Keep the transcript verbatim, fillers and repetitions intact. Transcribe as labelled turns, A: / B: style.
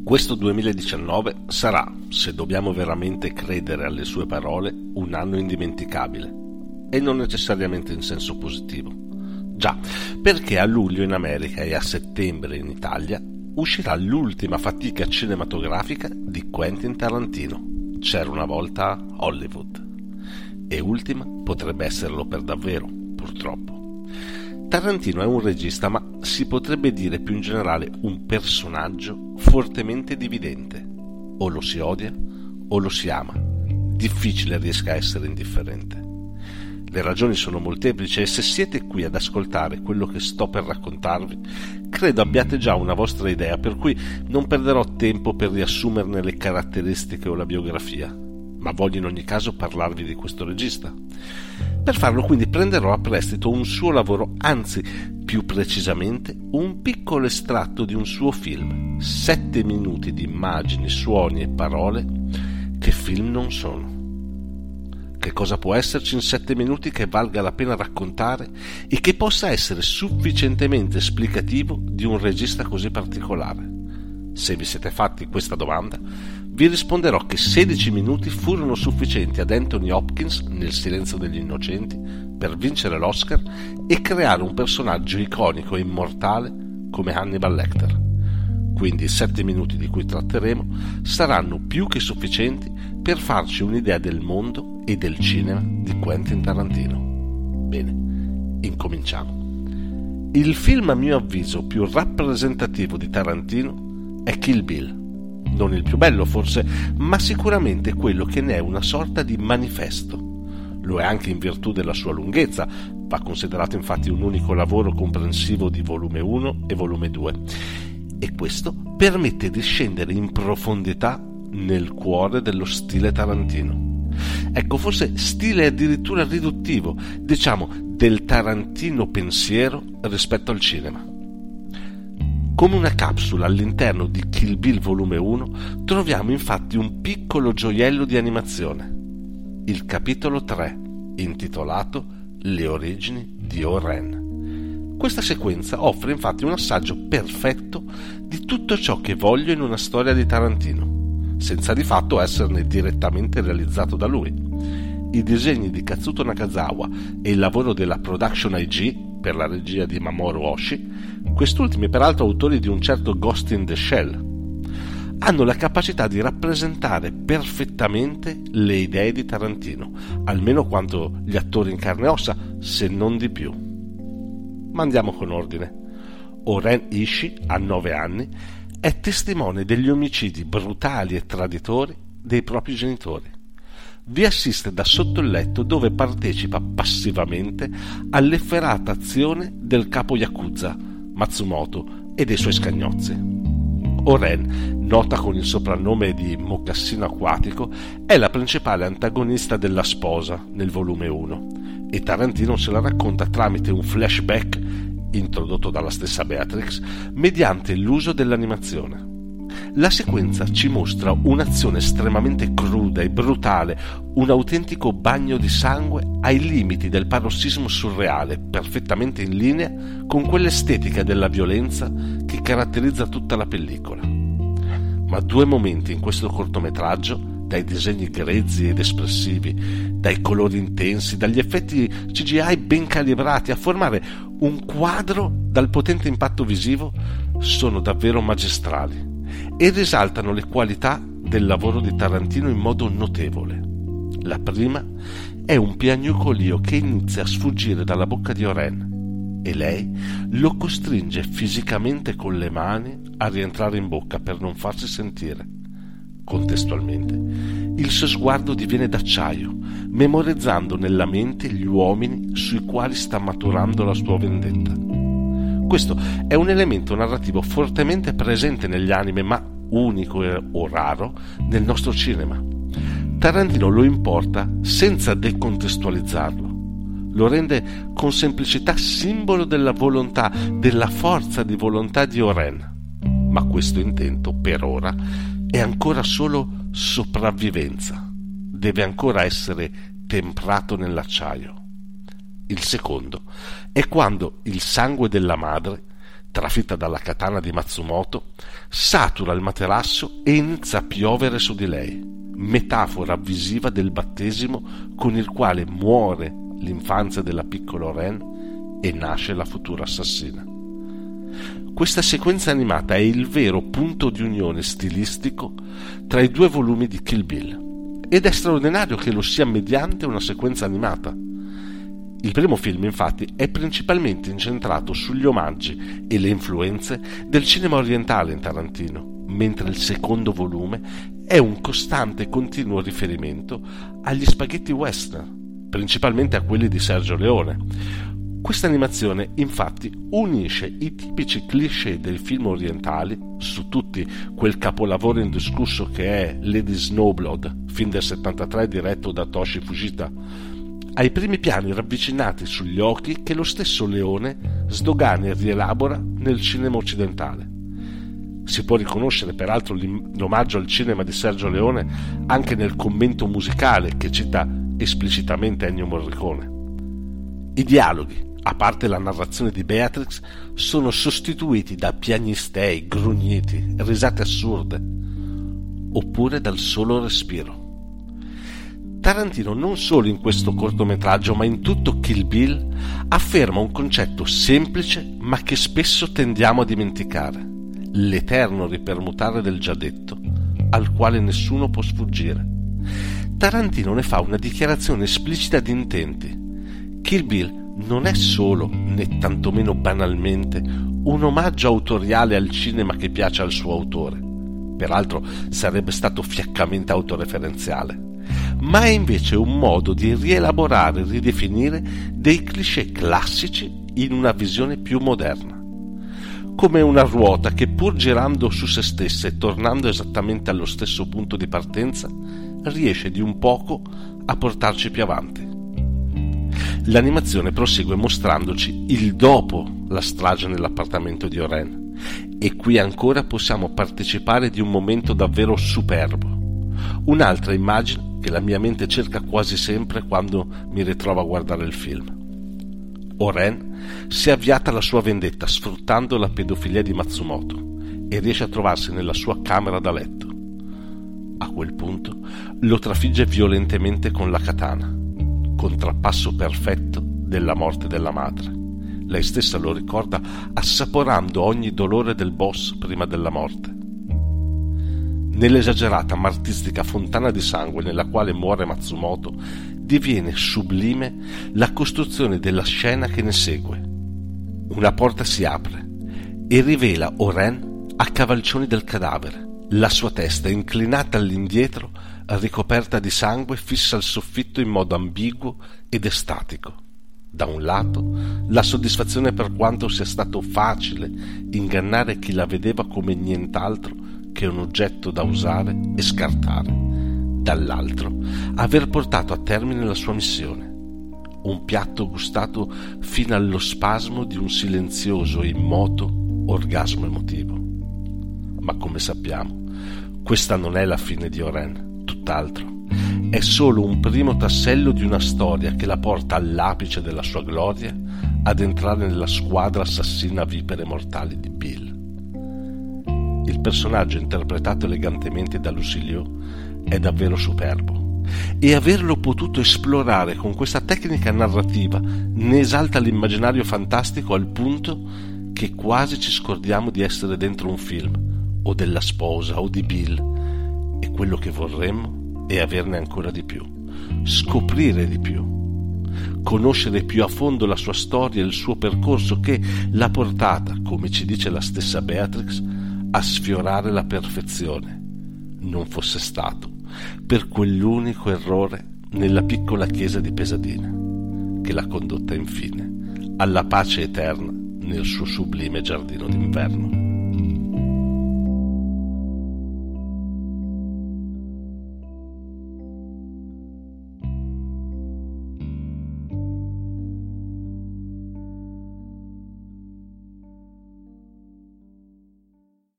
A: Questo duemiladiciannove sarà, se dobbiamo veramente credere alle sue parole, un anno indimenticabile, e non necessariamente in senso positivo. Già, perché a luglio in America e a settembre in Italia uscirà l'ultima fatica cinematografica di Quentin Tarantino, C'era una volta Hollywood. E ultima potrebbe esserlo per davvero, purtroppo. Tarantino è un regista, ma si potrebbe dire più in generale un personaggio fortemente dividente. O lo si odia o lo si ama. Difficile riesca a essere indifferente. Le ragioni sono molteplici e se siete qui ad ascoltare quello che sto per raccontarvi, credo abbiate già una vostra idea, per cui non perderò tempo per riassumerne le caratteristiche o la biografia, ma voglio in ogni caso parlarvi di questo regista. Per farlo quindi prenderò a prestito un suo lavoro, anzi, più precisamente, un piccolo estratto di un suo film, sette minuti di immagini, suoni e parole che film non sono. Che cosa può esserci in sette minuti che valga la pena raccontare e che possa essere sufficientemente esplicativo di un regista così particolare? Se vi siete fatti questa domanda, vi risponderò che sedici minuti furono sufficienti ad Anthony Hopkins nel Silenzio degli Innocenti per vincere l'Oscar e creare un personaggio iconico e immortale come Hannibal Lecter. Quindi i sette minuti di cui tratteremo saranno più che sufficienti per farci un'idea del mondo e del cinema di Quentin Tarantino. Bene, incominciamo. Il film a mio avviso più rappresentativo di Tarantino è Kill Bill. Non il più bello forse, ma sicuramente quello che ne è una sorta di manifesto. Lo è anche in virtù della sua lunghezza, va considerato infatti un unico lavoro comprensivo di volume uno e volume due, e questo permette di scendere in profondità nel cuore dello stile Tarantino. Ecco, forse stile addirittura riduttivo, diciamo del Tarantino pensiero rispetto al cinema. Come una capsula all'interno di Kill Bill volume uno troviamo infatti un piccolo gioiello di animazione, il capitolo tre, intitolato Le origini di O-Ren. Questa sequenza offre infatti un assaggio perfetto di tutto ciò che voglio in una storia di Tarantino, senza di fatto esserne direttamente realizzato da lui. I disegni di Kazuto Nakazawa e il lavoro della Production I G per la regia di Mamoru Oshii, quest'ultimi peraltro autori di un certo Ghost in the Shell, hanno la capacità di rappresentare perfettamente le idee di Tarantino, almeno quanto gli attori in carne e ossa, se non di più. Ma andiamo con ordine. O-Ren Ishii, a nove anni, è testimone degli omicidi brutali e traditori dei propri genitori. Vi assiste da sotto il letto dove partecipa passivamente all'efferata azione del capo Yakuza, Matsumoto, e dei suoi scagnozzi. O-Ren, nota con il soprannome di Mocassino Acquatico, è la principale antagonista della sposa nel volume uno e Tarantino se la racconta tramite un flashback introdotto dalla stessa Beatrix mediante l'uso dell'animazione. La sequenza ci mostra un'azione estremamente cruda e brutale, un autentico bagno di sangue ai limiti del parossismo surreale, perfettamente in linea con quell'estetica della violenza che caratterizza tutta la pellicola. Ma due momenti in questo cortometraggio, dai disegni grezzi ed espressivi, dai colori intensi, dagli effetti C G I ben calibrati a formare un quadro dal potente impatto visivo, sono davvero magistrali e risaltano le qualità del lavoro di Tarantino in modo notevole. La prima è un piagnucolio che inizia a sfuggire dalla bocca di O-Ren e lei lo costringe fisicamente con le mani a rientrare in bocca per non farsi sentire. Contestualmente, il suo sguardo diviene d'acciaio, memorizzando nella mente gli uomini sui quali sta maturando la sua vendetta. Questo è un elemento narrativo fortemente presente negli anime, ma unico o raro nel nostro cinema. Tarantino lo importa senza decontestualizzarlo. Lo rende con semplicità simbolo della volontà, della forza di volontà di O-Ren. Ma questo intento, per ora, è ancora solo sopravvivenza. Deve ancora essere temprato nell'acciaio. Il secondo è quando il sangue della madre trafitta dalla katana di Matsumoto, satura il materasso e inizia a piovere su di lei, metafora visiva del battesimo con il quale muore l'infanzia della piccola Oren e nasce la futura assassina. Questa sequenza animata è il vero punto di unione stilistico tra i due volumi di Kill Bill, ed è straordinario che lo sia mediante una sequenza animata. Il primo film, infatti, è principalmente incentrato sugli omaggi e le influenze del cinema orientale in Tarantino, mentre il secondo volume è un costante e continuo riferimento agli spaghetti western, principalmente a quelli di Sergio Leone. Questa animazione, infatti, unisce i tipici cliché dei film orientali, su tutti quel capolavoro indiscusso che è Lady Snowblood, film del settantatré diretto da Toshi Fujita, ai primi piani ravvicinati sugli occhi che lo stesso Leone sdogana e rielabora nel cinema occidentale. Si può riconoscere peraltro l'omaggio al cinema di Sergio Leone anche nel commento musicale che cita esplicitamente Ennio Morricone. I dialoghi, a parte la narrazione di Beatrix, sono sostituiti da piagnistei, grugniti, risate assurde, oppure dal solo respiro. Tarantino non solo in questo cortometraggio ma in tutto Kill Bill afferma un concetto semplice ma che spesso tendiamo a dimenticare: l'eterno ripermutare del già detto, al quale nessuno può sfuggire. Tarantino ne fa una dichiarazione esplicita di intenti. Kill Bill non è solo, né tantomeno banalmente, un omaggio autoriale al cinema che piace al suo autore, peraltro sarebbe stato fiaccamente autoreferenziale, ma è invece un modo di rielaborare e ridefinire dei cliché classici in una visione più moderna, come una ruota che, pur girando su se stessa e tornando esattamente allo stesso punto di partenza, riesce di un poco a portarci più avanti. L'animazione prosegue mostrandoci il dopo la strage nell'appartamento di Oren, e qui ancora possiamo partecipare di un momento davvero superbo. Un'altra immagine che la mia mente cerca quasi sempre quando mi ritrovo a guardare il film. Oren si è avviata alla sua vendetta sfruttando la pedofilia di Matsumoto e riesce a trovarsi nella sua camera da letto. A quel punto lo trafigge violentemente con la katana, contrappasso perfetto della morte della madre. Lei stessa lo ricorda assaporando ogni dolore del boss prima della morte. Nell'esagerata ma artistica fontana di sangue nella quale muore Matsumoto diviene sublime la costruzione della scena che ne segue. Una porta si apre e rivela Oren a cavalcioni del cadavere, la sua testa inclinata all'indietro, ricoperta di sangue, fissa al soffitto in modo ambiguo ed estatico. Da un lato, la soddisfazione per quanto sia stato facile ingannare chi la vedeva come nient'altro che un oggetto da usare e scartare. Dall'altro, aver portato a termine la sua missione. Un piatto gustato fino allo spasmo di un silenzioso e immoto orgasmo emotivo. Ma come sappiamo, questa non è la fine di Oren. Tutt'altro, è solo un primo tassello di una storia che la porta all'apice della sua gloria ad entrare nella squadra assassina vipere mortali di Bill. Il personaggio interpretato elegantemente da Lucilio è davvero superbo, e averlo potuto esplorare con questa tecnica narrativa ne esalta l'immaginario fantastico al punto che quasi ci scordiamo di essere dentro un film, o della sposa o di Bill. E quello che vorremmo è averne ancora di più, scoprire di più, conoscere più a fondo la sua storia e il suo percorso che l'ha portata, come ci dice la stessa Beatrix, a sfiorare la perfezione, non fosse stato per quell'unico errore nella piccola chiesa di Pesadina che l'ha condotta infine alla pace eterna nel suo sublime giardino d'inverno.